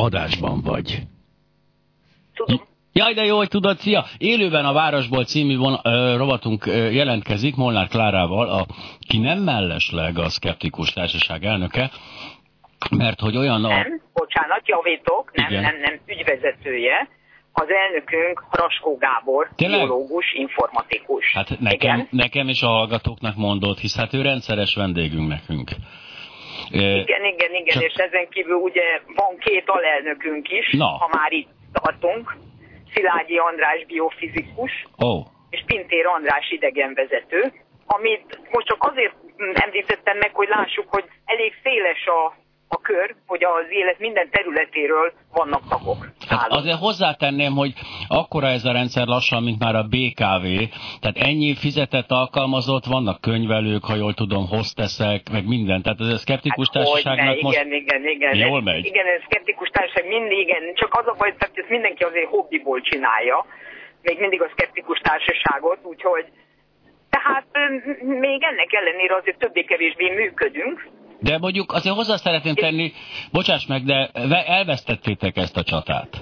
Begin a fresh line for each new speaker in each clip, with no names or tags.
adásban vagy.
Tudom.
Jaj, de jó, hogy tudod, szia! Élőben a Városból című rovatunk jelentkezik Molnár Klárával, aki nem mellesleg a Szkeptikus Társaság elnöke, mert hogy olyan a...
Nem, bocsánat, javítok, nem, ügyvezetője. Az elnökünk Raskó Gábor, biológus, informatikus.
Hát nekem és a hallgatóknak mondott, hisz hát ő rendszeres vendégünk nekünk.
Igen, csak... és ezen kívül ugye van két alelnökünk is, ha már itt tartunk. Szilágyi András biofizikus, és Pintér András idegenvezető, amit most csak azért említettem meg, hogy lássuk, hogy elég széles a kör, hogy az élet minden területéről vannak tagok.
Hát azért hozzátenném, hogy akkora ez a rendszer lassan, mint már a BKV, tehát ennyi fizetett alkalmazott, vannak könyvelők, ha jól tudom, hosteszek, meg minden, tehát ez a Szkeptikus Társaságnak most
igen.
Jól megy.
Igen, ez Szkeptikus Társaság mindig, igen, csak az a baj, hogy ezt mindenki azért hobbiból csinálja, még mindig a Szkeptikus Társaságot, úgyhogy tehát még ennek ellenére azért többé-kevésbé működünk.
De mondjuk azért hozzá szeretném tenni, bocsáss meg, de elvesztettétek ezt a csatát.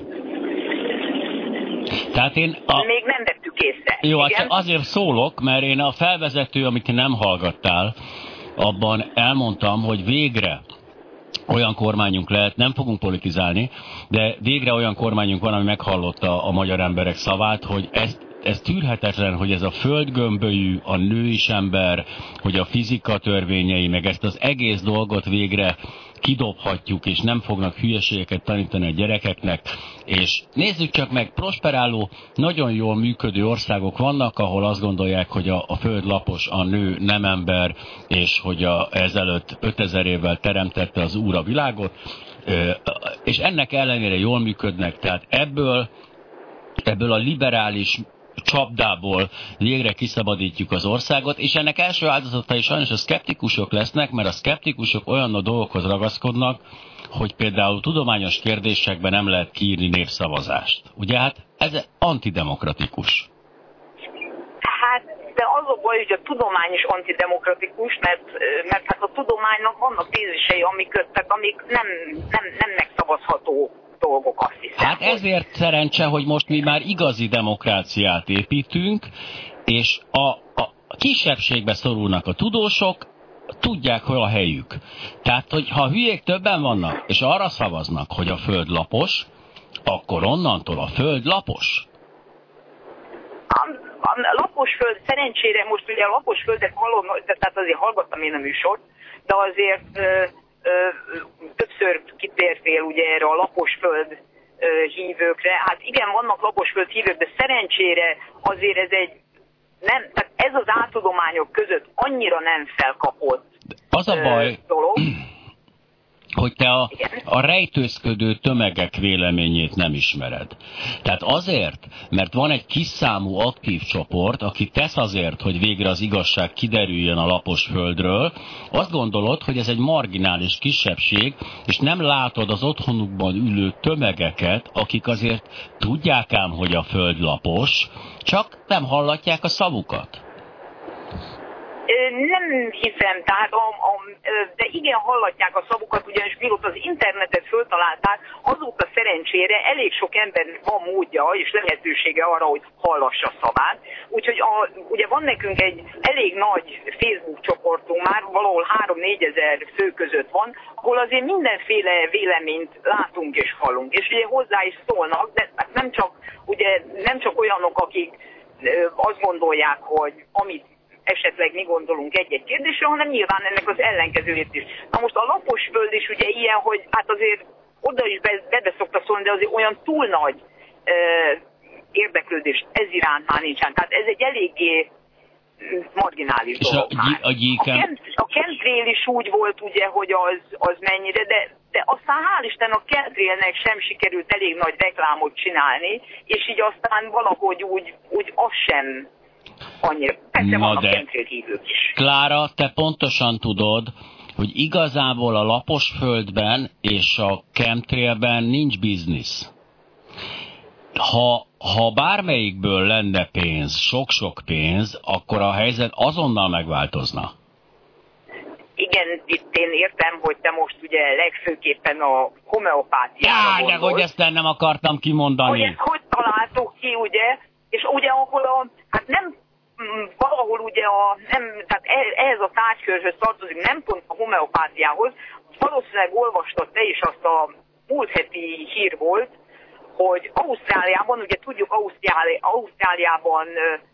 Tehát
még nem vettük észre.
Jó, hát azért szólok, mert én a felvezető, amit nem hallgattál, abban elmondtam, hogy végre olyan kormányunk lehet, nem fogunk politizálni, de végre olyan kormányunk van, ami meghallotta a magyar emberek szavát, hogy ez tűrhetetlen, hogy ez a földgömbölyű, a nő is ember, hogy a fizika törvényei, meg ezt az egész dolgot végre kidobhatjuk, és nem fognak hülyeségeket tanítani a gyerekeknek. És nézzük csak meg, prosperáló, nagyon jól működő országok vannak, ahol azt gondolják, hogy a föld lapos, a nő nem ember, és hogy ezelőtt 5000 évvel teremtette az Úr a világot, és ennek ellenére jól működnek, tehát ebből a liberális csapdából végre kiszabadítjuk az országot, és ennek első áldozatai sajnos a szkeptikusok lesznek, mert a szkeptikusok olyan dolgokhoz ragaszkodnak, hogy például tudományos kérdésekben nem lehet kiírni népszavazást. Ugye hát ez antidemokratikus.
Hát, de az a baj, hogy a tudomány is antidemokratikus, mert hát a tudománynak vannak tézisei, amik nem megszavazható dolgok, azt hiszem.
Hát ezért szerencse, hogy most mi már igazi demokráciát építünk, és a kisebbségbe szorulnak a tudósok, tudják, hol a helyük. Tehát, hogy ha hülyék többen vannak, és arra szavaznak, hogy a föld lapos, akkor onnantól a föld lapos.
A lapos föld, szerencsére most ugye a lapos földek hallom, tehát azért hallgattam én a műsort, de azért többször kitértél ugye erre a laposföld hívőkre. Hát igen, vannak laposföld hívők, de szerencsére azért tehát ez az áltudományok között annyira nem felkapott
az a baj,
dolog.
Hogy te a rejtőzködő tömegek véleményét nem ismered. Tehát azért, mert van egy kis számú aktív csoport, aki tesz azért, hogy végre az igazság kiderüljön a lapos földről, azt gondolod, hogy ez egy marginális kisebbség, és nem látod az otthonukban ülő tömegeket, akik azért tudják ám, hogy a föld lapos, csak nem hallatják a szavukat.
Nem hiszem, tehát de igen, hallatják a szavukat, ugyanis mióta az internetet föltalálták, azóta szerencsére elég sok ember van módja és lehetősége arra, hogy hallassa szavát. Úgyhogy ugye van nekünk egy elég nagy Facebook csoportunk, már valahol 3-4 ezer fő között van, ahol azért mindenféle véleményt látunk és hallunk. És ugye hozzá is szólnak, de nem csak olyanok, akik azt gondolják, hogy amit esetleg mi gondolunk egy-egy kérdésre, hanem nyilván ennek az ellenkezőjét is. Na most a lapos föld is ugye ilyen, hogy hát azért oda is be szoktak szólni, de azért olyan túl nagy érdeklődés ez iránt már nincsen. Tehát ez egy eléggé marginális dolog már. A chemtrail is úgy volt ugye, hogy az mennyire, de aztán hál' Isten a chemtrailnek sem sikerült elég nagy reklámot csinálni, és így aztán valahogy úgy az sem annyira. Persze vannak chemtrail hívők is.
Klára, te pontosan tudod, hogy igazából a lapos földben és a chemtrailben nincs biznisz. Ha bármelyikből lenne pénz, sok-sok pénz, akkor a helyzet azonnal megváltozna.
Igen, itt én értem, hogy te most ugye legfőképpen a homeopátiára gondolsz.
De hogy ezt nem akartam kimondani.
Hogy ezt hogy találtuk ki, ugye? És ugye ahol hát nem valahol ugye tehát ehhez a tárgykörhöz tartozik, nem pont a homeopátiához. Valószínűleg olvastad te is, azt a múlt heti hír volt, hogy Ausztráliában, ugye tudjuk, Ausztráliában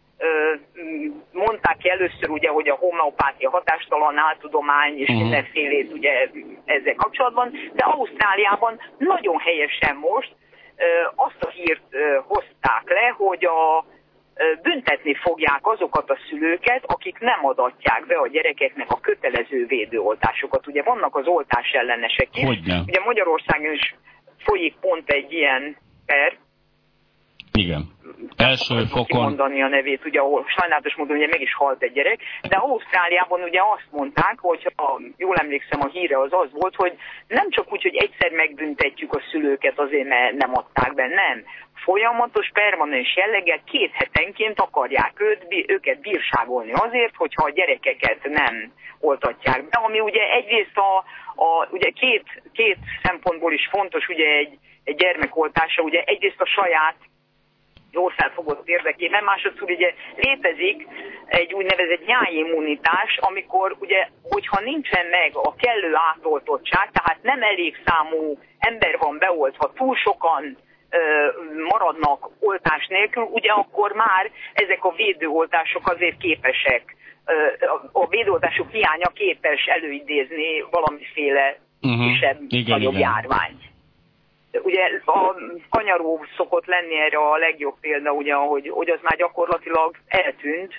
mondták ki először ugye, hogy a homeopátia hatástalan, áltudomány és mindenfélét ugye ezzel kapcsolatban, de Ausztráliában nagyon helyesen most azt a hírt hozták le, hogy büntetni fogják azokat a szülőket, akik nem adatják be a gyerekeknek a kötelező védőoltásokat. Ugye vannak az oltás ellenesek is.
Hogyne.
Ugye Magyarországon is folyik pont egy ilyen per.
Igen. Első fokon.
Mondani a nevét, ugye, ahol sajnálatos módon ugye meg is halt egy gyerek, de Ausztráliában ugye azt mondták, hogy jól emlékszem, a híre az volt, hogy nem csak úgy, hogy egyszer megbüntetjük a szülőket azért, mert nem adták be, nem. Folyamatos, permanens jelleggel 2 hetenként akarják őket bírságolni azért, hogyha a gyerekeket nem oltatják be, ami ugye egyrészt ugye két szempontból is fontos, ugye egy gyermekoltása, ugye egyrészt a saját jól felfogott érdekében, másodszor ugye létezik egy úgynevezett nyájimmunitás, amikor ugye, hogyha nincsen meg a kellő átoltottság, tehát nem elég számú ember van beoltva, túl sokan maradnak oltás nélkül, ugye akkor már ezek a védőoltások azért képesek, a védőoltások hiánya képes előidézni valamiféle kisebb, nagyobb járványt. Ugye a kanyaró szokott lenni erre a legjobb példa, ugye, hogy az már gyakorlatilag eltűnt,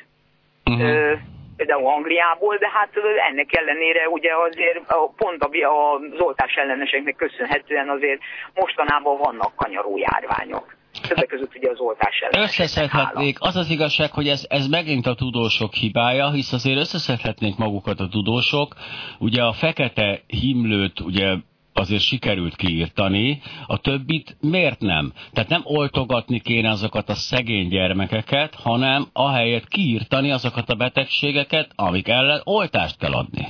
például Angliából, de hát ennek ellenére ugye azért pont az oltás elleneseknek köszönhetően azért mostanában vannak kanyaró járványok. Ezek között ugye az oltás elleneseknek
összeszedhetnék. Az az igazság, hogy ez megint a tudósok hibája, hisz azért összeszedhetnék magukat a tudósok. Ugye a fekete himlőt ugye azért sikerült kiírtani, a többit miért nem? Tehát nem oltogatni kéne azokat a szegény gyermekeket, hanem ahelyett kiírtani azokat a betegségeket, amik ellen oltást kell adni.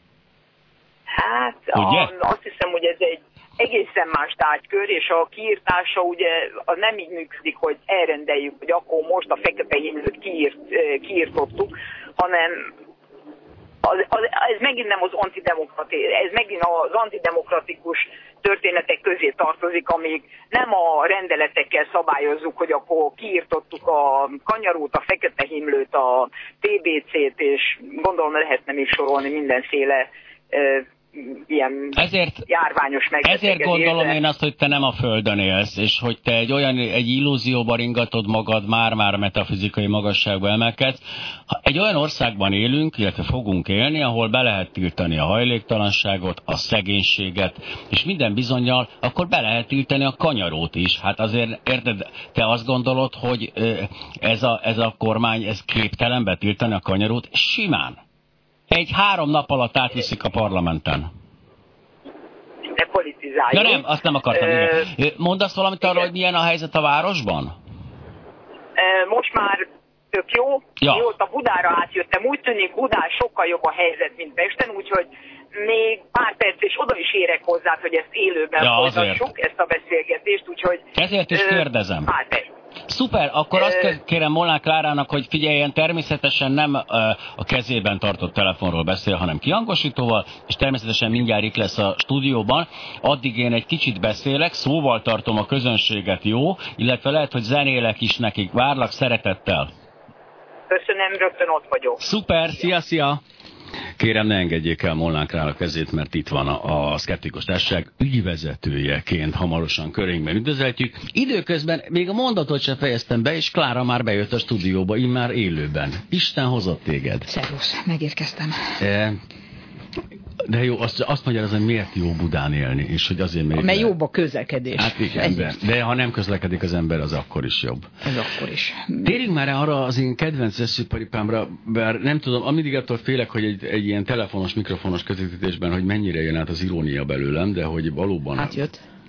Hát azt hiszem, hogy ez egy egészen más tárgykör, és a kiírtása ugye az nem így működik, hogy elrendeljük, hogy akkor most a fekete himlőt kiírtottuk, hanem ez megint nem ez megint az antidemokratikus történetek közé tartozik, amíg nem a rendeletekkel szabályozzuk, hogy akkor kiírtottuk a kanyarót, a fekete himlőt, a TBC-t, és gondolom lehetne még sorolni mindenféle ilyen járványos megbetegedésre.
Ezért gondolom én azt, hogy te nem a Földön élsz, és hogy te egy illúzióba ringatod magad, már metafizikai magasságba emelkedsz. Egy olyan országban élünk, illetve fogunk élni, ahol be lehet tiltani a hajléktalanságot, a szegénységet, és minden bizonnyal akkor be lehet tiltani a kanyarót is. Hát azért, érted, te azt gondolod, hogy ez a kormány képtelen betiltani a kanyarót? Simán. 3 nap alatt átviszik a parlamenten.
Ne politizáljuk.
Ja nem, azt nem akartam. Mondasz valamit arról, hogy milyen a helyzet a városban?
Most már tök jó.
Ja.
Mióta Budára átjöttem, úgy tűnik Budán sokkal jobb a helyzet, mint Pesten, úgyhogy még pár perc és oda is érek hozzá, hogy ezt élőben folytassuk, ezt a beszélgetést, úgyhogy...
Ezért is kérdezem.
Pár perc.
Szuper, akkor azt kérem Molnár Klárának, hogy figyeljen, természetesen nem a kezében tartott telefonról beszél, hanem kihangosítóval, és természetesen mindjárt itt lesz a stúdióban. Addig én egy kicsit beszélek, szóval tartom a közönséget, jó? Illetve lehet, hogy zenélek is nekik. Várlak szeretettel.
Köszönöm, rögtön ott vagyok.
Szuper, szia! Kérem, ne engedjék el Molnár Klára kezét, mert itt van a Szkeptikus Társaság ügyvezetőjeként hamarosan körénkben üdvözletjük. Időközben még a mondatot sem fejeztem be, és Klára már bejött a stúdióba, immár élőben. Isten hozott téged.
Szervusz, megérkeztem.
De jó, azt magyarázom, miért jó Budán élni, és hogy azért még...
Mert jobb a közlekedés.
Hát igen, de ha nem közlekedik az ember, az akkor is jobb.
Ez akkor is.
Térjünk már arra az én kedvenc eszűparipámra, bár nem tudom, mindig attól félek, hogy egy ilyen telefonos, mikrofonos közvetítésben, hogy mennyire jön át az irónia belőlem, de hogy valóban...
Hát jött.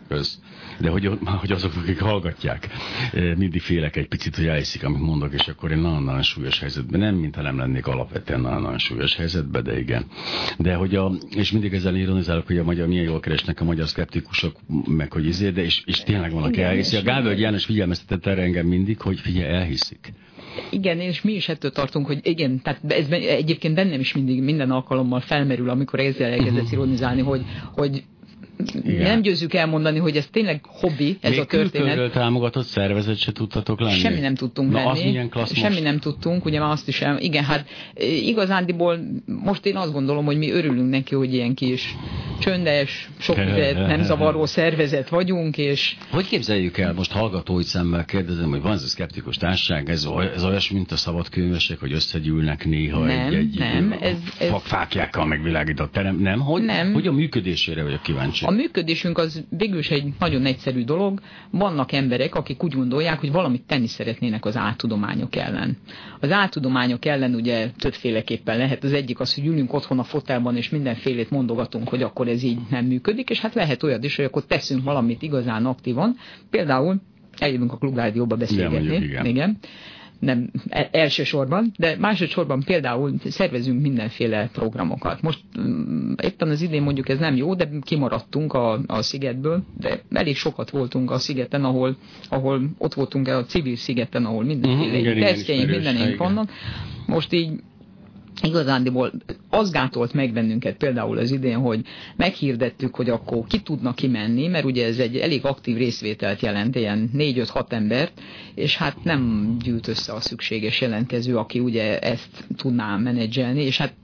De hogy azok, akik hallgatják, mindig félek egy picit, hogy elhiszik, amit mondok, és akkor én nagyon-nagyon súlyos helyzetben, nem, mintha nem lennék alapvetően nagyon-nagyon súlyos helyzetben, de igen. De hogy és mindig ezzel ironizálok, hogy a magyar, milyen jól keresnek a magyar szkeptikusok, meg hogy de és tényleg van, aki elhiszi. A Gálvölgy János figyelmeztetett erre engem mindig, hogy figyelj, elhiszik.
Igen, és mi is ettől tartunk, hogy igen, tehát ez egyébként bennem is mindig minden alkalommal felmerül, amikor ezzel elkezdesz ironizálni, hogy igen. Nem győzzük elmondani, hogy ez tényleg hobbi, ez még a történet. Még
külföldről támogatott szervezet se tudtatok lenni?
Semmi nem tudtunk lenni. Semmi nem tudtunk, ugye már azt is igen, hát igazándiból most én azt gondolom, hogy mi örülünk neki, hogy ilyen kis csöndes, sok nem zavaró szervezet vagyunk, és...
Hogy képzeljük el, most hallgatói szemmel kérdezem, hogy van ez a szkeptikus társaság, ez olyasmi, mint a szabadkönyvesek, hogy összegyűlnek néha
nem,
fáklyákkal megvilágított terem, nem? Hogy a működésére vagyok kíváncsi.
A működésünk az végül is egy nagyon egyszerű dolog. Vannak emberek, akik úgy gondolják, hogy valamit tenni szeretnének az áltudományok ellen. Az áltudományok ellen ugye többféleképpen lehet. Az egyik az, hogy ülünk otthon a fotelban, és mindenfélét mondogatunk, hogy akkor ez így nem működik, és hát lehet olyan is, hogy akkor teszünk valamit igazán aktívan. Például eljövünk a Klubrádióba beszélgetni. Igen. Nem elsősorban, de másodszorban például szervezünk mindenféle programokat. Most éppen az idén mondjuk ez nem jó, de kimaradtunk a Szigetből, de elég sokat voltunk a Szigeten, ahol ott voltunk a civil szigeten, ahol mindenféle tesztjeink, mindenénk vannak. Most így igazándiból az gátolt meg bennünket például az idén, hogy meghirdettük, hogy akkor ki tudna kimenni, mert ugye ez egy elég aktív részvételt jelent, ilyen 4-5-6 embert, és hát nem gyűlt össze a szükséges jelentkező, aki ugye ezt tudná menedzselni, és hát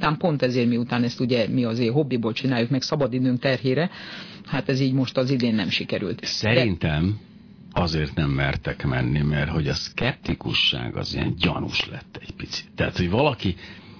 miután ezt ugye mi azért hobbiból csináljuk, meg szabadidőnk terhére, hát ez így most az idén nem sikerült.
Szerintem azért nem mertek menni, mert hogy a szkeptikusság az ilyen gyanús lett egy picit. Tehát, hogy valaki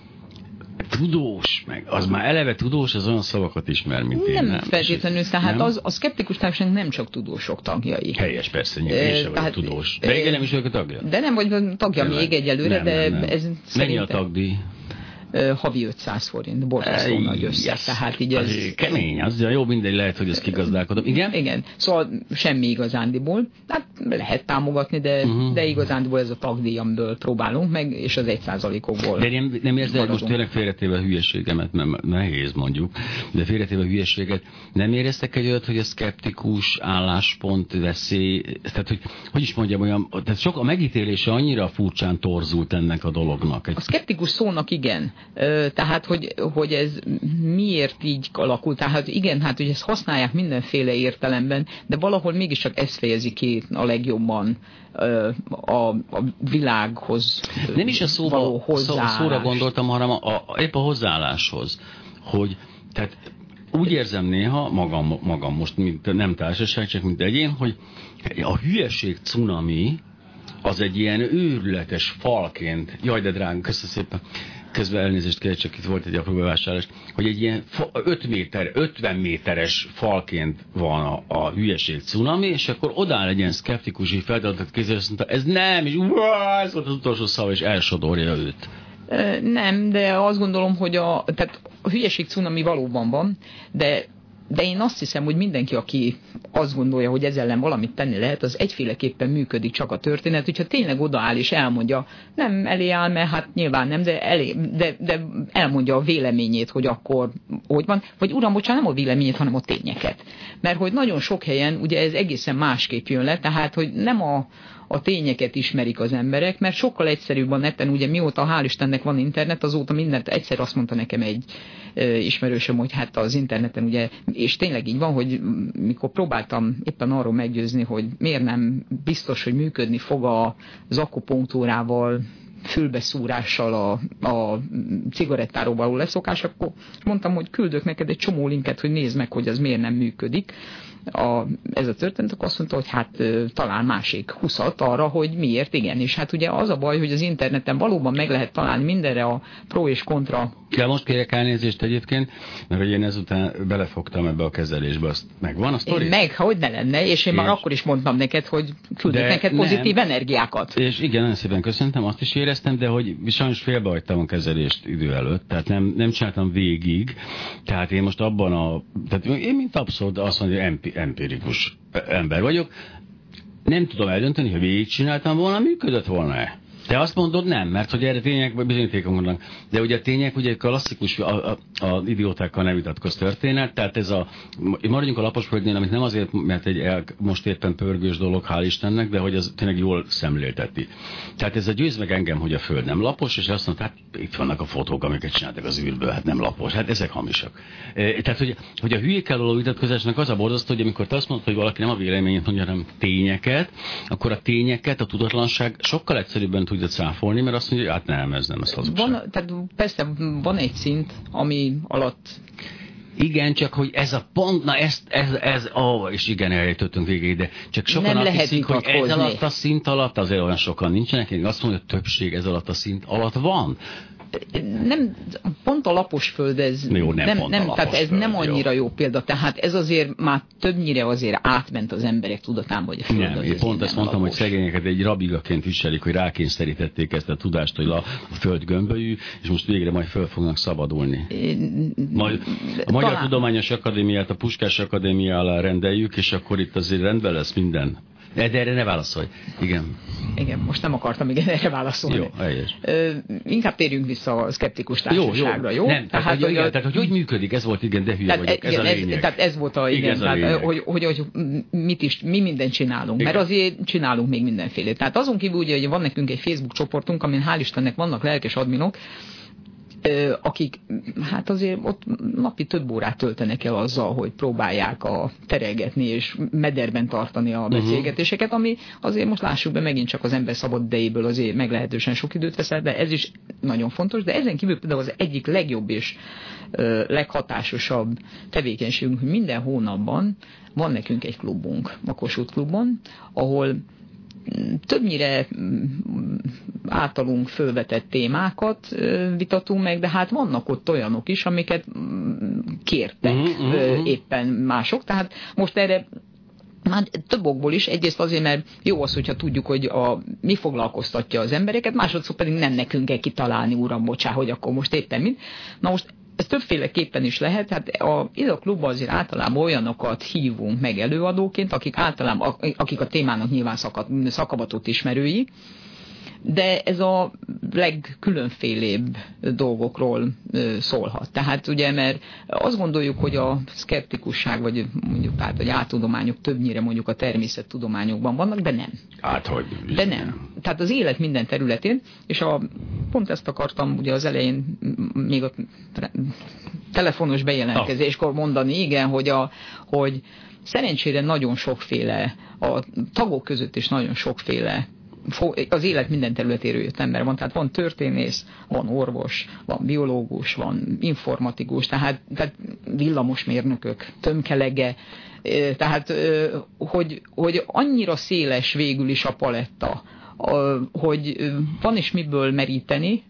tudós, meg az már eleve tudós, az olyan szavakat ismer, mint én.
Nem feltétlenül, tehát a szkeptikus társaság nem csak tudósok tagjai.
Helyes, persze, én sem vagyok tudós. De igen, nem is vagyok a tagja.
De nem vagy tagja még egyelőre, de ez
szerintem... Mennyi a tagdíj?
Havi 500 forint, borzasztó nagy összeg. Tehát így ez...
Kemény, az jó, mindegy, lehet, hogy ezt kigazdálkodom. Igen?
Igen, szóval semmi igazándiból. Hát lehet támogatni, de igazándiból ez a tagdíjamből próbálunk meg, és az 1%-okból.
De nem érzel, most tényleg félretéve a hülyeségemet, mert nehéz mondjuk, de félretéve a hülyeséget, nem éreztek egy olyat, hogy a szkeptikus álláspont veszély, tehát hogy is mondjam, olyan, tehát sok a megítélése annyira furcsán torzult ennek a dolognak.
A szkeptikus szónak igen. Tehát, hogy ez miért így alakul. Tehát igen, hát hogy ezt használják mindenféle értelemben, de valahol mégiscsak ez fejezi ki a legjobban a világhoz
nem is a szóra gondoltam, hanem épp a hozzáálláshoz. Hogy, tehát úgy érzem néha, magam most, mint nem társaság, csak mint egyén, hogy a hülyeség cunami az egy ilyen őrületes falként, jaj de drága, köszönöm szépen, közben elnézést kell, csak itt volt egy apró bevásárlás, hogy egy ilyen 50 méteres falként van a hülyeség cunami, és akkor odáll egy ilyen szkeptikusi feladatot kézzel, és azt mondta, ez nem, és ez volt az utolsó szava, és elsodorja őt.
Nem, de azt gondolom, hogy a hülyeség cunami valóban van, de én azt hiszem, hogy mindenki, aki azt gondolja, hogy ezzel ellen valamit tenni lehet, az egyféleképpen működik csak a történet, hogyha tényleg odaáll és elmondja, nem elé áll, mert hát nyilván nem, de elmondja a véleményét, hogy akkor hogy van, vagy uram, bocsánat, nem a véleményét, hanem a tényeket. Mert hogy nagyon sok helyen ugye ez egészen másképp jön le, tehát hogy nem a tényeket ismerik az emberek, mert sokkal egyszerűbb a neten, ugye mióta hál' Istennek van internet, azóta mindent, egyszer azt mondta nekem egy ismerősöm, hogy hát az interneten ugye, és tényleg így van, hogy mikor próbáltam éppen arról meggyőzni, hogy miért nem biztos, hogy működni fog az akupunktúrával, fülbeszúrással a cigarettáról való leszokás, akkor mondtam, hogy küldök neked egy csomó linket, hogy nézd meg, hogy az miért nem működik. Ez a történet, akkor azt mondta, hogy hát talán másik 20-at arra, hogy miért igen. És hát ugye az a baj, hogy az interneten valóban meg lehet találni mindenre a pro és kontra.
De most kérek elnézést egyébként, mert hogy én ezután belefogtam ebbe a kezelésbe, azt megvan a sztori?
Hogy ne lenne, és én már akkor is mondtam neked, hogy küldök neked pozitív energiákat. És
igen, nagyon szépen köszöntem, azt is éreztem, de hogy sajnos félbehagytam a kezelést idő előtt, tehát nem csináltam végig, tehát én most abban tehát én mint abszolút azt mondom, hogy empirikus ember vagyok. Nem tudom eldönteni, hogy végigcsináltam volna, működött volna-e. Te azt mondod nem, mert hogy erre tények vagy bizonyítékok vannak. De ugye a tények, ugye klasszikus, a idiótákkal nem vitatkoz történet, tehát ez maradjunk a Laposföldnél, amit nem azért, mert most éppen pörgős dolog, hál' Istennek, de hogy ez tényleg jól szemlélteti. Tehát ez a győz meg engem, hogy a Föld nem lapos, és azt mondta, hát itt vannak a fotók, amiket csináltak az űrből, hát nem lapos, hát ezek hamisak. Tehát, hogy a hülyékkel való vitatkozásnak az a borzasztó, hogy amikor te azt mondod, hogy valaki nem a véleményét mondja, hanem tényeket, akkor a tényeket, a tudatlanság sokkal egyszerűbben tudja cáfolni, mert azt mondja, hogy hát nem, ez nem az hazugság.
Tehát persze van egy szint, ami alatt...
Igen, csak hogy ez a pont, na és igen, eljutottunk végig, de csak sokan azt hiszik, hogy ez alatt a szint alatt, azért olyan sokan nincsenek, én azt mondom, hogy a többség ez alatt a szint alatt van.
Nem, pont a Laposföld ez
jó,
tehát ez nem annyira jó példa, tehát ez azért már többnyire azért átment az emberek tudatán, hogy a Föld
nem, én pont ezt mondtam, lapos. Hogy szegényeket egy rabigaként viselik, hogy rákényszerítették ezt a tudást, hogy a Föld gömbölyű, és most végre majd föl fognak szabadulni. Majd a Magyar Tudományos Akadémiát a Puskás Akadémia alá rendeljük, és akkor itt azért rendben lesz minden. De erre ne válaszolj. Igen.
Igen, most nem akartam erre válaszolni.
Jó, helyes.
Inkább térjünk vissza a szkeptikus társaságra, jó?
Nem, tehát, hogy működik, ez volt, igen, de hülye vagyok, ez a lényeg.
Tehát ez volt hogy mi mindent csinálunk, igen. Mert azért csinálunk még mindenfélét. Tehát azon kívül ugye, hogy van nekünk egy Facebook csoportunk, amin hál' Istennek vannak lelkes adminok, akik hát azért ott napi több órát töltenek el azzal, hogy próbálják terelgetni és mederben tartani a beszélgetéseket, ami azért most lássuk be, megint csak az ember szabad idejéből azért meglehetősen sok időt vesz el, de ez is nagyon fontos, de ezen kívül például az egyik legjobb és leghatásosabb tevékenységünk, hogy minden hónapban van nekünk egy klubunk, a Kossuth klubon, ahol többnyire általunk fölvetett témákat vitatunk meg, de hát vannak ott olyanok is, amiket kértek éppen mások. Tehát most erre már több okból is, egyrészt azért, mert jó az, hogyha tudjuk, hogy mi foglalkoztatja az embereket, másodszor pedig nem nekünk kell kitalálni, uram, bocsá, hogy akkor most éppen mit. Na most ez többféleképpen is lehet, hát ide a klubban azért általában olyanokat hívunk meg előadóként, akik a témának nyilván szakavatott ismerői, de ez a legkülönfélébb dolgokról szólhat. Tehát ugye, mert azt gondoljuk, hogy a szkeptikusság, vagy mondjuk tehát, hogy áltudományok többnyire mondjuk a természettudományokban vannak, de nem. De nem. Tehát az élet minden területén, és pont ezt akartam ugye az elején még a telefonos bejelentkezéskor mondani, igen, hogy szerencsére nagyon sokféle, a tagok között is nagyon sokféle az élet minden területéről jött ember van, tehát van történész, van orvos, van biológus, van informatikus, tehát villamosmérnökök, tömkelege, tehát hogy annyira széles végül is a paletta, hogy van is miből meríteni,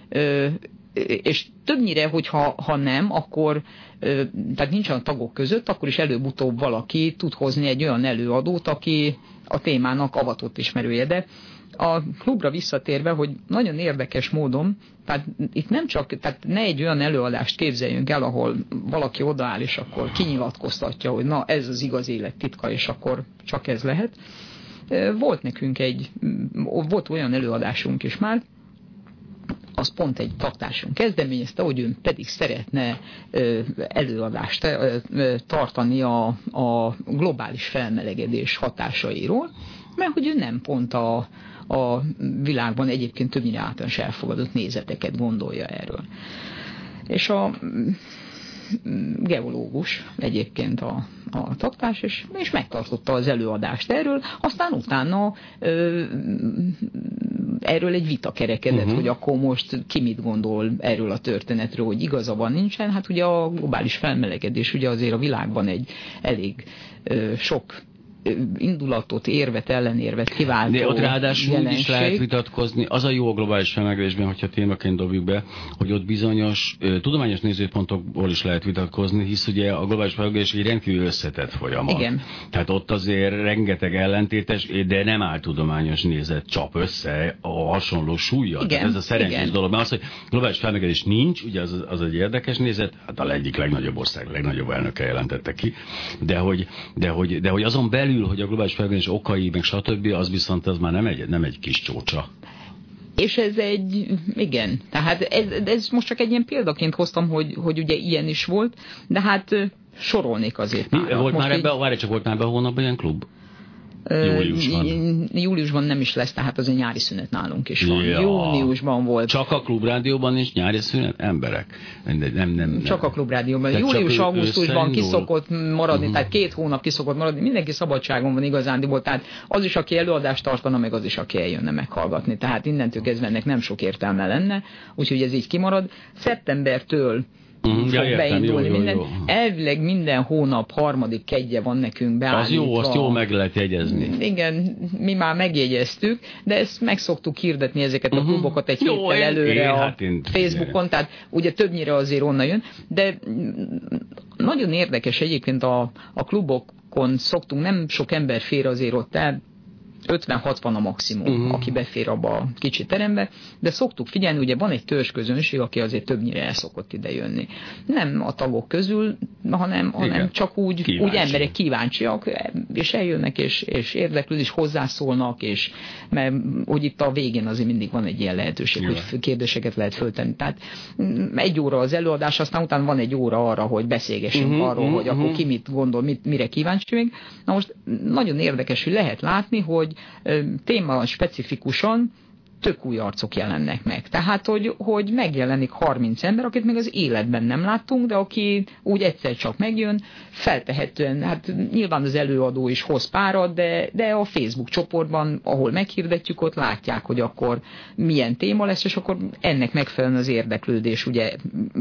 és többnyire, hogyha nem, akkor tehát nincsen a tagok között, akkor is előbb-utóbb valaki tud hozni egy olyan előadót, aki a témának avatott ismerője. De a klubra visszatérve, hogy nagyon érdekes módon, tehát itt nem csak, tehát ne egy olyan előadást képzeljünk el, ahol valaki odaáll, és akkor kinyilatkoztatja, hogy na ez az igaz élet titka, és akkor csak ez lehet. Volt olyan előadásunk is már, az pont egy taktársunk kezdeményezte, hogy ő pedig szeretne előadást tartani a globális felmelegedés hatásairól, mert hogy ő nem pont a világban egyébként többnyire általános elfogadott nézeteket gondolja erről. És a geológus egyébként a taktárs, és megtartotta az előadást erről, aztán utána erről egy vita kerekedett, hogy akkor most ki mit gondol erről a történetről, hogy igaza van, nincsen. Hát ugye a globális felmelegedés ugye azért a világban egy elég sok indulatot, érvet, ellenérvet kiváltó
de ott ráadásul
jelenség.
úgy is lehet vitatkozni, az a jó a globális felmelegedésben, hogyha témaként dobjuk be, hogy ott bizonyos tudományos nézőpontokból is lehet vitatkozni, hisz ugye a globális felmelegedés egy rendkívül összetett folyamat.
Igen.
Tehát ott azért rengeteg ellentétes, de nem áltudományos nézet csap össze a hasonló súllyal.
Igen,
ez a szerencsés
igen.
dolog, mert az, hogy globális felmelegedés nincs, ugye az egy érdekes nézet, hát a egyik legnagyobb ország, legnagyobb elnöke jelentette ki, de hogy azon belül, hogy a globális felmelegedés okai, meg stb., az viszont az már nem egy kis csócsa.
És ez igen, tehát ez most csak egy ilyen példaként hoztam, hogy ugye ilyen is volt, de hát sorolnék azért.
Volt már ebben a hónapban ilyen klub?
Júliusban nem is lesz, tehát az egy nyári szünet nálunk is van.
Ja.
Júniusban volt.
Csak a klubrádióban is nyári szünet? Emberek? Nem.
Csak a klubrádióban. Július-augusztusban kiszokott maradni, tehát 2 hónap kiszokott maradni. Mindenki szabadságon van igazándiból, tehát az is, aki előadást tartana, meg az is, aki eljönne meghallgatni. Tehát innentől kezdve ennek nem sok értelme lenne, úgyhogy ez így kimarad. Szeptembertől fog beindulni minden. Jó. Elvileg minden hónap harmadik kedje van nekünk beállítva.
Az jó, azt jól meg lehet jegyezni.
Igen, mi már megjegyeztük, de ezt meg szoktuk hirdetni ezeket a klubokat egy héttel előre a Facebookon, tehát ugye többnyire azért onnan jön, de nagyon érdekes egyébként a klubokon szoktunk, nem sok ember fér azért ott el, 50-60 a maximum, aki befér abba a kicsi terembe, de szoktuk figyelni, ugye van egy törzsközönség, aki azért többnyire el szokott ide jönni. Nem a tagok közül, hanem csak úgy emberek kíváncsiak, és eljönnek, és érdeklődés, hozzászólnak, és mert hogy itt a végén azért mindig van egy ilyen lehetőség, hogy kérdéseket lehet föltenni. Tehát 1 óra az előadás, aztán utána van 1 óra arra, hogy beszélgessünk arról, hogy akkor ki mit gondol, mire kíváncsi még. Na most nagyon érdekes, hogy lehet látni, hogy téma specifikusan tök új arcok jelennek meg. Tehát, hogy megjelenik 30 ember, akit még az életben nem láttunk, de aki úgy egyszer csak megjön, feltehetően, hát nyilván az előadó is hoz párat, de a Facebook csoportban, ahol meghirdetjük, ott látják, hogy akkor milyen téma lesz, és akkor ennek megfelelően az érdeklődés, ugye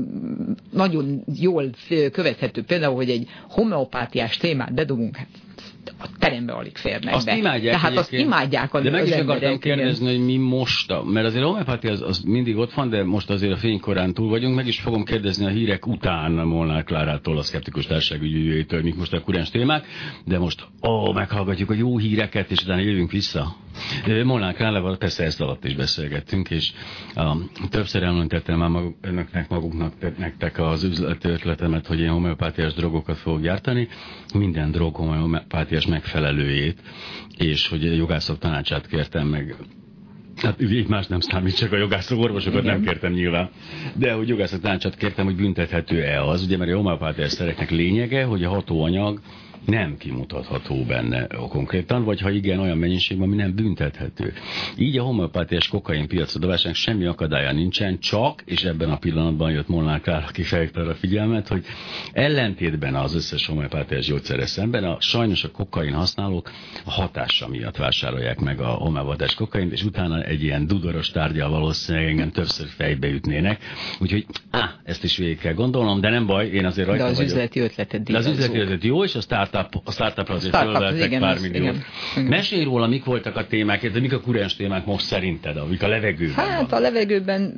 nagyon jól követhető például, hogy egy homeopátiás témát bedobunk, hát a terembe alig férnek
azt
be.
imádják.
Tehát azt imádják az
de meg is
emberek,
akartam kérdezni, hogy mi most, mert azért a homeopátia az mindig ott van, de most azért a fénykorán túl vagyunk, meg is fogom kérdezni a hírek után Molnár Klárától, a Szkeptikus Társaság ügyvédjétől, mik most a kuráns témák, de most meghallgatjuk a jó híreket, és utána jövünk vissza. Molnár Klárával persze ezt alatt is beszélgettünk, és többször említettem már önöknek, nektek az üzleti ötletemet, hogy én homeopátiás drogokat fogok gyártani, minden drog homeopátiás megfelelőjét, és hogy jogászok tanácsát kértem meg. Hát így más nem számít, csak a jogászok, orvosokat nem kértem nyilván. De hogy jogászok tanácsát kértem, hogy büntethető-e az, ugye, mert a homeopátiás szereknek lényege, hogy a hatóanyag nem kimutatható benne konkrétan, vagy ha igen, olyan mennyiségben, ami nem büntethető. Így a homeopátiás kokain piacra dobásának semmi akadálya nincsen, csak, és ebben a pillanatban jött Molnár Klára, aki felhívta arra a figyelmet, hogy ellentétben az összes homeopátiás gyógyszerre szemben sajnos a kokain használók a hatása miatt vásárolják meg a homeopátiás kokaint, és utána egy ilyen dudoros tárgyal valószínűleg engem többször fejbe ütnének. Úgyhogy ezt is végig kell gondolnom, de nem baj, én azért rajta vagyok.
De az üzleti ötleted
de az üzleti ötlet jó, és a startupra azért fölvettek pár milliót. Mesélj róla, mik voltak a témák, de mik a kuráns témák most szerinted, amik a levegőben
vannak? A levegőben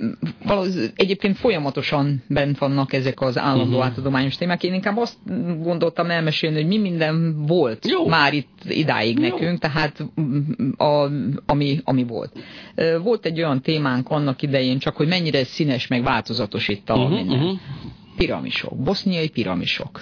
egyébként folyamatosan bent vannak ezek az állandó áttudományos témák. Én inkább azt gondoltam elmesélni, hogy mi minden volt már itt idáig nekünk, tehát ami volt. Volt egy olyan témánk annak idején, csak hogy mennyire színes, meg változatos itt a minden. Piramisok, boszniai piramisok.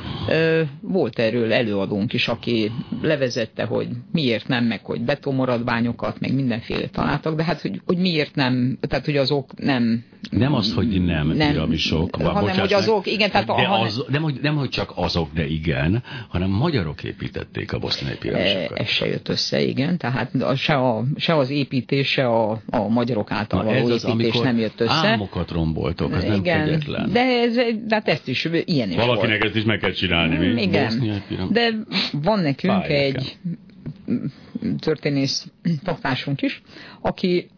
Volt erről előadónk is, aki levezette, hogy miért nem, meg hogy betonmaradványokat, meg mindenféle találtak, de hát, hogy miért nem, tehát, hogy azok nem...
Nem az, hogy nem piramisok,
hanem, hogy azok, igen, tehát...
Nem, hogy csak azok, de igen, hanem magyarok építették a boszniai piramisokat.
Ez se jött össze, igen, tehát se az építés, se a magyarok által való építés nem jött össze.
Álmokat romboltok, az nem kegyetlen.
De ezt is, ilyen is
valakinek ezt is meg kell csinálni, mi?
Igen, de van nekünk egy történész taktársunk is, aki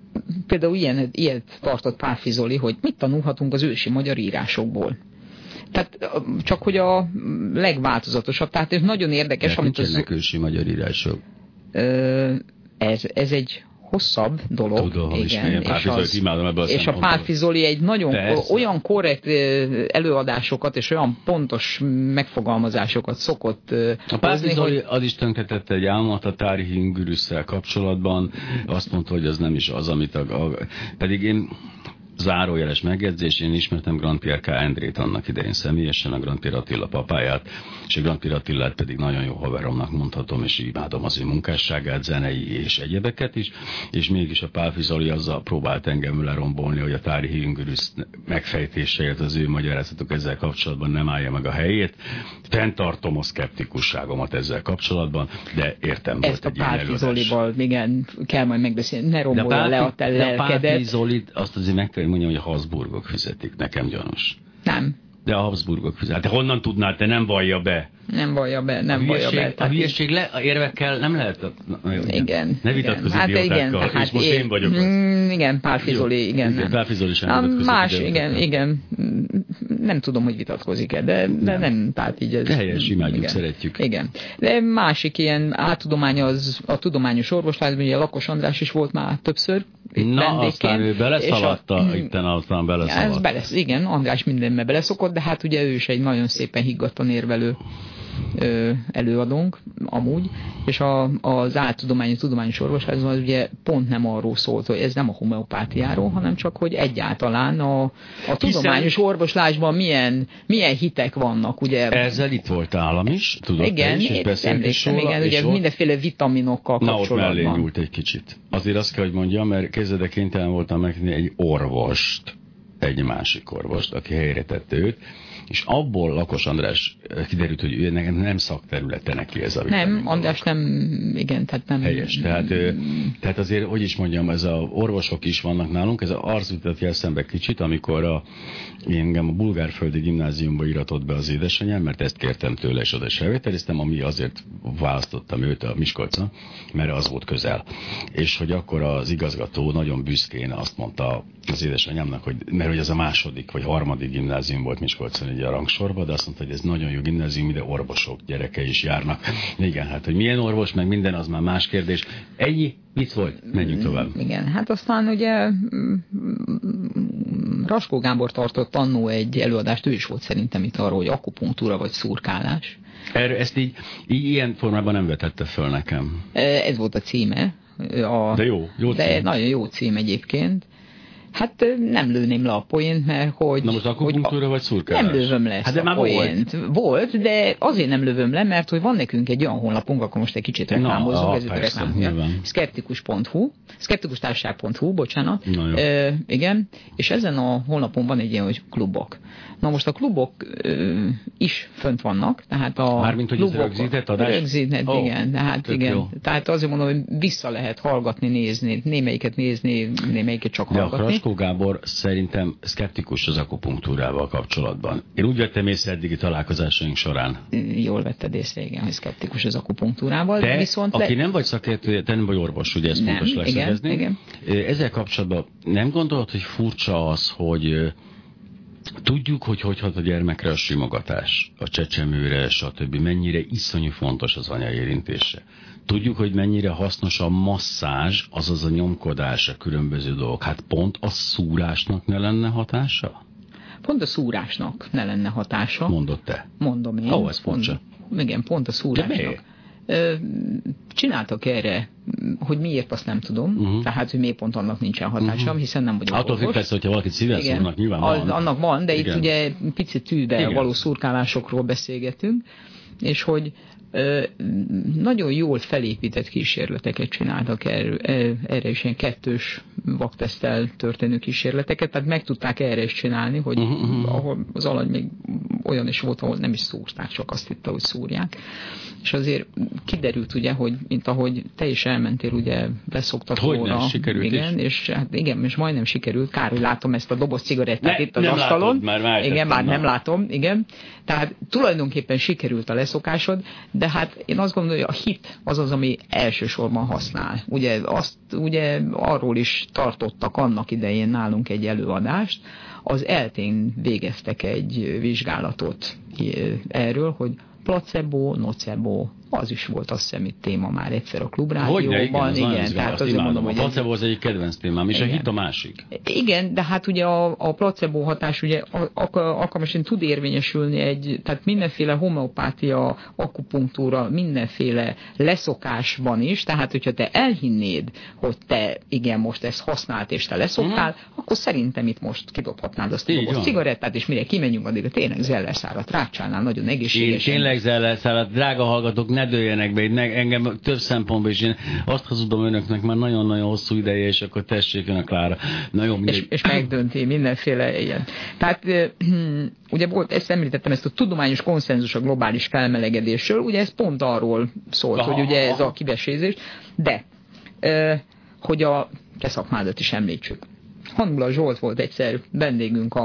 például ilyet tartott Pál Fizoli, hogy mit tanulhatunk az ősi magyar írásokból. Tehát csak hogy a legváltozatosabb, tehát ez nagyon érdekes,
amit az... ősi magyar írások.
Ez egy hosszabb dolog.
Tudom, igen,
és a Pálffy Zoli egy nagyon olyan korrekt előadásokat és olyan pontos megfogalmazásokat szokott
a Pálffy Zoli az is tönkretette egy álmat a Tári Hingürüsszel kapcsolatban. Azt mondta, hogy az nem is az, amit pedig én zárójeles megjegyzés, én ismertem Grand Pierre K. Endrét annak idején személyesen, a Grand Pierre Attila papáját, és a Grand Pierre Attilát pedig nagyon jó haveromnak mondhatom, és imádom az ő munkásságát, zenei és egyebeket is, és mégis a Pálffy Zoli azzal próbált engem lerombolni, hogy a Tári Hingürüsz megfejtéséért az ő magyarázatok ezzel kapcsolatban nem állja meg a helyét. Fenntartom a szkeptikusságomat ezzel kapcsolatban, de értem,
ezt volt egy ilyen előadás. Ezt a Pálffy Zolival, igen, kell majd megbeszélni, ne rombolja le a te lelkedet.
A Pálffy Zolit azt azért meg kell mondjam, hogy a Habsburgok fizetik, nekem gyanús.
Nem.
De a Habsburgok fizetik. De honnan tudnád, te nem vallja be?
Nem vallja be.
A hülyeség érvekkel nem lehet...
Igen.
Ne vitatkozz idiótákkal, és most én vagyok az.
Igen, Pálffy Zoli, igen.
Pálffy Zoli sem vitatkozik.
Más, igen. Nem tudom, hogy vitatkozik-e, de nem, tehát így ez...
Helyes, imádjuk, szeretjük.
Igen. De másik ilyen áttudomány az a tudományos orvoslásban, ugye Lakos András is volt már többször.
Na, aztán ő beleszaladta, aztán beleszaladt.
Igen, András mindenbe beleszokott, de hát ugye ő is egy nagyon szépen higgadtan érvelő előadónk amúgy, és az tudományos orvoslásban az ugye pont nem arról szólt, hogy ez nem a homeopátiáról, hanem csak, hogy egyáltalán a tudományos orvoslásban milyen hitek vannak, ugye.
Ezzel itt volt állam is, tudod,
igen,
is, és
emlékszem, igen, ugye mindenféle vitaminokkal kapcsolatban.
Na, ott mellé nyúlt egy kicsit. Azért azt kell, hogy mondjam, mert kezdetben kénytelen voltam megtenni egy orvost, egy másik orvost, aki helyre tette őt, és abból Lakos András kiderült, hogy ő nem szakterülete neki ez a vitamin.
Nem, András nem, igen, tehát nem.
Helyes, tehát azért, hogy is mondjam, ez a orvosok is vannak nálunk, ez az jutott el szembe kicsit, amikor engem a Bulgárföldi Gimnáziumba iratott be az édesanyám, mert ezt kértem tőle, és oda is felvételiztem, ami azért választottam őt a Miskolcra, mert az volt közel. És hogy akkor az igazgató nagyon büszkén azt mondta az édesanyámnak, hogy, mert hogy ez a második vagy harmadik gimnázium volt Miskolcon ugye a rangsorban, de azt mondta, hogy ez nagyon jó gimnázium, ide orvosok gyerekei is járnak. Igen, hát hogy milyen orvos, meg minden, az már más kérdés. Ennyi, mit volt? Menjünk tovább.
Igen, hát aztán ugye Raskó Gábor tartott annó egy előadást, ő is volt szerintem itt arról, hogy akupunktúra vagy szurkálás.
Ezt így ilyen formában nem vetette föl nekem.
Ez volt a címe.
De jó
de cím. Nagyon jó cím egyébként. Hát nem lőném le a poént, mert hogy...
Na most akupunktúra vagy szurkálás?
Nem lövöm le ezt a poént. Volt, de azért nem lövöm le, mert hogy van nekünk egy olyan honlapunk, akkor most egy kicsit reklámozunk, ez skeptikus.hu, skeptikustársaság.hu, bocsánat. Igen, és ezen a honlapon van egy ilyen, hogy klubok. Na most a klubok is fönt vannak, tehát a
mármint, hogy ez rögzített adás?
Rögzített, igen. Tehát, igen. Tehát azért mondom, hogy vissza lehet hallgatni, nézni, némelyiket csak hallgatni.
Raskó Gábor szerintem szkeptikus az akupunktúrával kapcsolatban. Én úgy vettem észre eddigi találkozásaink során.
Jól vetted észre, igen, hogy szkeptikus az akupunktúrával.
Te, viszont aki nem vagy szakértő, te nem vagy orvos, ugye ezt fontos leszögezni.
Igen.
Ezzel kapcsolatban nem gondolod, hogy furcsa az, hogy tudjuk, hogy hat a gyermekre a simogatás, a csecsemőre, stb. Mennyire iszonyú fontos az anya érintése. Tudjuk, hogy mennyire hasznos a masszázs, azaz a nyomkodás, a különböző dolgok. Hát pont a szúrásnak ne lenne hatása?
Pont a szúrásnak ne lenne hatása.
Mondod te?
Mondom én.
Ez furcsa.
Igen, pont a szúrásnak. Csináltak erre, hogy miért, azt nem tudom. Tehát, hogy miért pont annak nincsen hatása, hiszen nem vagyok
orvos. Attól függ persze, hogyha valaki szíven szúrnak, nyilván van.
Annak van, de itt ugye picit tűbe való szurkálásokról beszélgetünk, és hogy nagyon jól felépített kísérleteket csináltak erre is, ilyen kettős vakteszttel történő kísérleteket, tehát meg tudták erre is csinálni, hogy ahol az alany még olyan is volt, ahol nem is szúrták, csak azt hitte, hogy szúrják. És azért kiderült ugye, hogy mint ahogy te is elmentél ugye beszoktatóra.
Hogyne, sikerült
igen,
is.
És hát igen, és majdnem sikerült. Kár, hogy látom ezt a doboz cigarettát itt az asztalon. Igen, már nem látom, igen. Tehát tulajdonképpen sikerült a leszokásod, de hát én azt gondolom, hogy a hit az az, ami elsősorban használ. Ugye arról is tartottak annak idején nálunk egy előadást, az ELTE-n végeztek egy vizsgálatot erről, hogy placebo, nocebo, az is volt azt hiszem itt téma már egyszer a Klubrádióban.
Igen, tehát azért mondom, hogy a placebo az egyik kedvenc témám, és igen. A hit a másik.
Igen, de hát ugye a placebo hatás ugye alkalmasan tud érvényesülni tehát mindenféle homeopátia, akupunktúra, mindenféle leszokásban is, tehát hogyha te elhinnéd, hogy te igen, most ezt használt és te leszoktál, akkor szerintem itt most kidobhatnád azt a dobos cigarettát, és mire kimegyünk, addig tényleg zellerszárat rácsálnál, nagyon egészségesen.
Én tényleg zellerszárat, drága hallgatók, ne dőljenek be, engem több szempontból is, én azt hazudom önöknek már nagyon-nagyon hosszú ideje, és akkor tessék ön a Klára. Na jó,
és megdönti mindenféle ilyen. Tehát ugye volt, ezt említettem, ezt a tudományos konszenzus a globális felmelegedésről, ugye ez pont arról szólt, hogy ugye ez a kivesézés, de hogy a te szakmádat is említsük. Hanula Zsolt volt egyszer vendégünk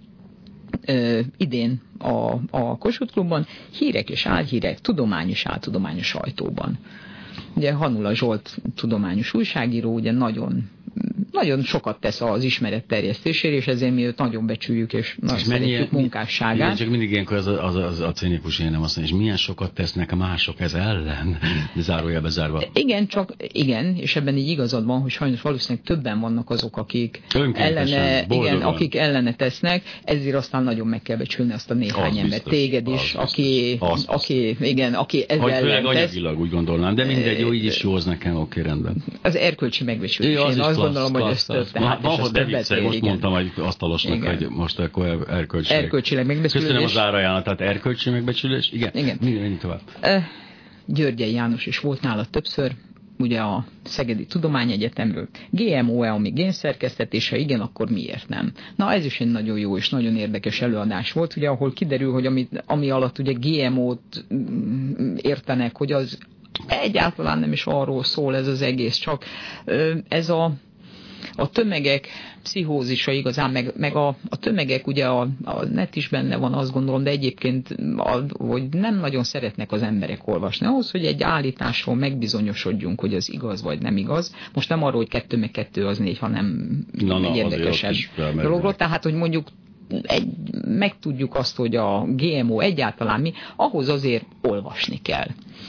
idén a Kossuth Klubban, hírek és álhírek, tudományos áltudományos sajtóban. Ugye Hanula Zsolt tudományos újságíró, ugye nagyon sokat tesz az ismeret terjesztésére, és ezért mi őt nagyon becsüljük, és nagyon szeretjük munkásságát.
Csak mindig ilyenkor az a cinikus én nem azt mondja, és milyen sokat tesznek a mások ez ellen, zárójelbe zárva.
Igen, és ebben így igazad van, hogy sajnos valószínűleg többen vannak azok, akik ellene tesznek, ezért aztán nagyon meg kell becsülni azt a néhány embert. Téged is, aki ezzel ellen tesz.
Anyagilag úgy gondolnám, de mindegy, jó, így is jó, az nekem, oké, rendben.
Az erkölcsi megbecsülés. Én azt gondolom, hogy ez több.
Most mondtam, hogy asztalosnak, hogy most akkor
erkölcsileg megbecsülés.
Köszönöm az árajánlatát, erkölcsi megbecsülés. Igen. Menj tovább.
Györgyei János is volt nála többször, ugye a Szegedi Tudományegyetemről. GMO-e, ami génszerkesztetése, igen, akkor miért nem? Na, ez is egy nagyon jó és nagyon érdekes előadás volt, ugye, ahol kiderül, hogy ami alatt ugye GMO-t értenek, hogy az egyáltalán nem is arról szól ez az egész, csak ez a tömegek pszichózisa igazán, meg a tömegek, ugye a net is benne van, azt gondolom, de egyébként, hogy nem nagyon szeretnek az emberek olvasni. Ahhoz, hogy egy állításról megbizonyosodjunk, hogy az igaz vagy nem igaz. Most nem arról, hogy 2 + 2 az 4, hanem egy érdekesebb dologról. Tehát, hogy mondjuk megtudjuk azt, hogy a GMO egyáltalán mi, ahhoz azért olvasni kell.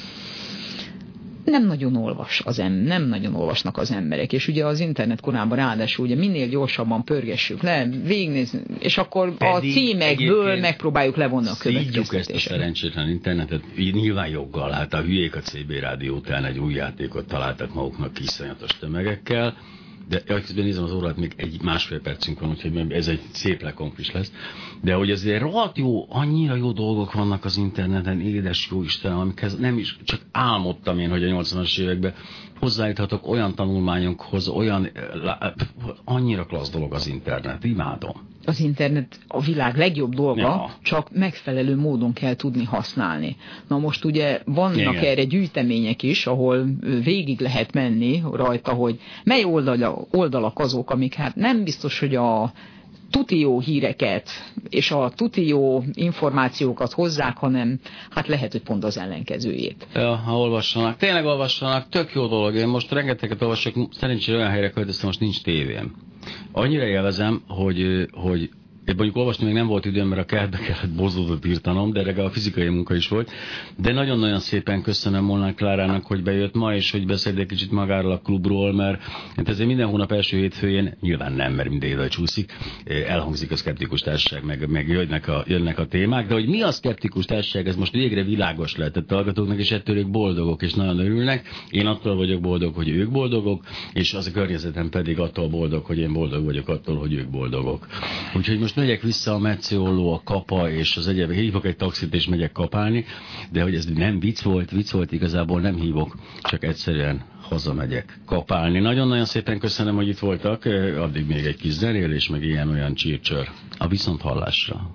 Nem nagyon olvasnak az emberek, és ugye az internet korában ráadásul ugye minél gyorsabban pörgessük le, végignézni, és akkor a címekből megpróbáljuk levonni a következtetéseket.
Szígyük ezt a szerencsétlen internetet, nyilván joggal, hát a hülyék a CB rádió után egy új játékot találtak maguknak iszonyatos tömegekkel, de közben nézem az órát, még 1,5 percünk van, úgyhogy ez egy szép lekonklis lesz. De hogy azért rohadt jó, annyira jó dolgok vannak az interneten, édes jó Isten, amikhez nem is csak álmodtam én, hogy a 80-as években hozzájuthatok olyan tanulmányokhoz, annyira klassz dolog az internet, imádom.
Az internet a világ legjobb dolga, csak megfelelő módon kell tudni használni. Na most ugye vannak erre gyűjtemények is, ahol végig lehet menni rajta, hogy mely oldalak azok, amik hát nem biztos, hogy a tuti jó híreket és a tuti jó információkat hozzák, hanem hát lehet, hogy pont az ellenkezőjét.
Ja, ha olvassanak. Tényleg olvassanak, tök jó dolog. Én most rengeteget olvasok, szerencsére olyan helyre költöztem, most nincs tévém. Annyira élvezem, hogy én mondjuk olvasni még nem volt időm, mert a kertbe kellett bozódot írtanom, de legalább a fizikai munka is volt. De nagyon-nagyon szépen köszönöm Molnár Klárának, hogy bejött ma, és hogy beszélt egy kicsit magáról a klubról, mert ezért minden hónap első hétfőjén, nyilván nem, mert minden ide csúszik, elhangzik a Szkeptikus Társaság, meg jönnek a témák, de hogy mi a Szkeptikus Társaság, ez most végre világos lehetett a hallgatóknak, és ettől ők boldogok, és nagyon örülnek. Én attól vagyok boldog, hogy ők boldogok, és az a környezetem pedig attól boldog, hogy én boldog vagyok attól, hogy ők boldogok. Úgyhogy most megyek vissza a Metsziolló, a Kapa és az egyébként hívok egy taxit és megyek kapálni, de hogy ez nem vicc volt, igazából nem hívok, csak egyszerűen hazamegyek kapálni. Nagyon-nagyon szépen köszönöm, hogy itt voltak, addig még egy kis zenél és meg ilyen-olyan csírcsör. A viszonthallásra.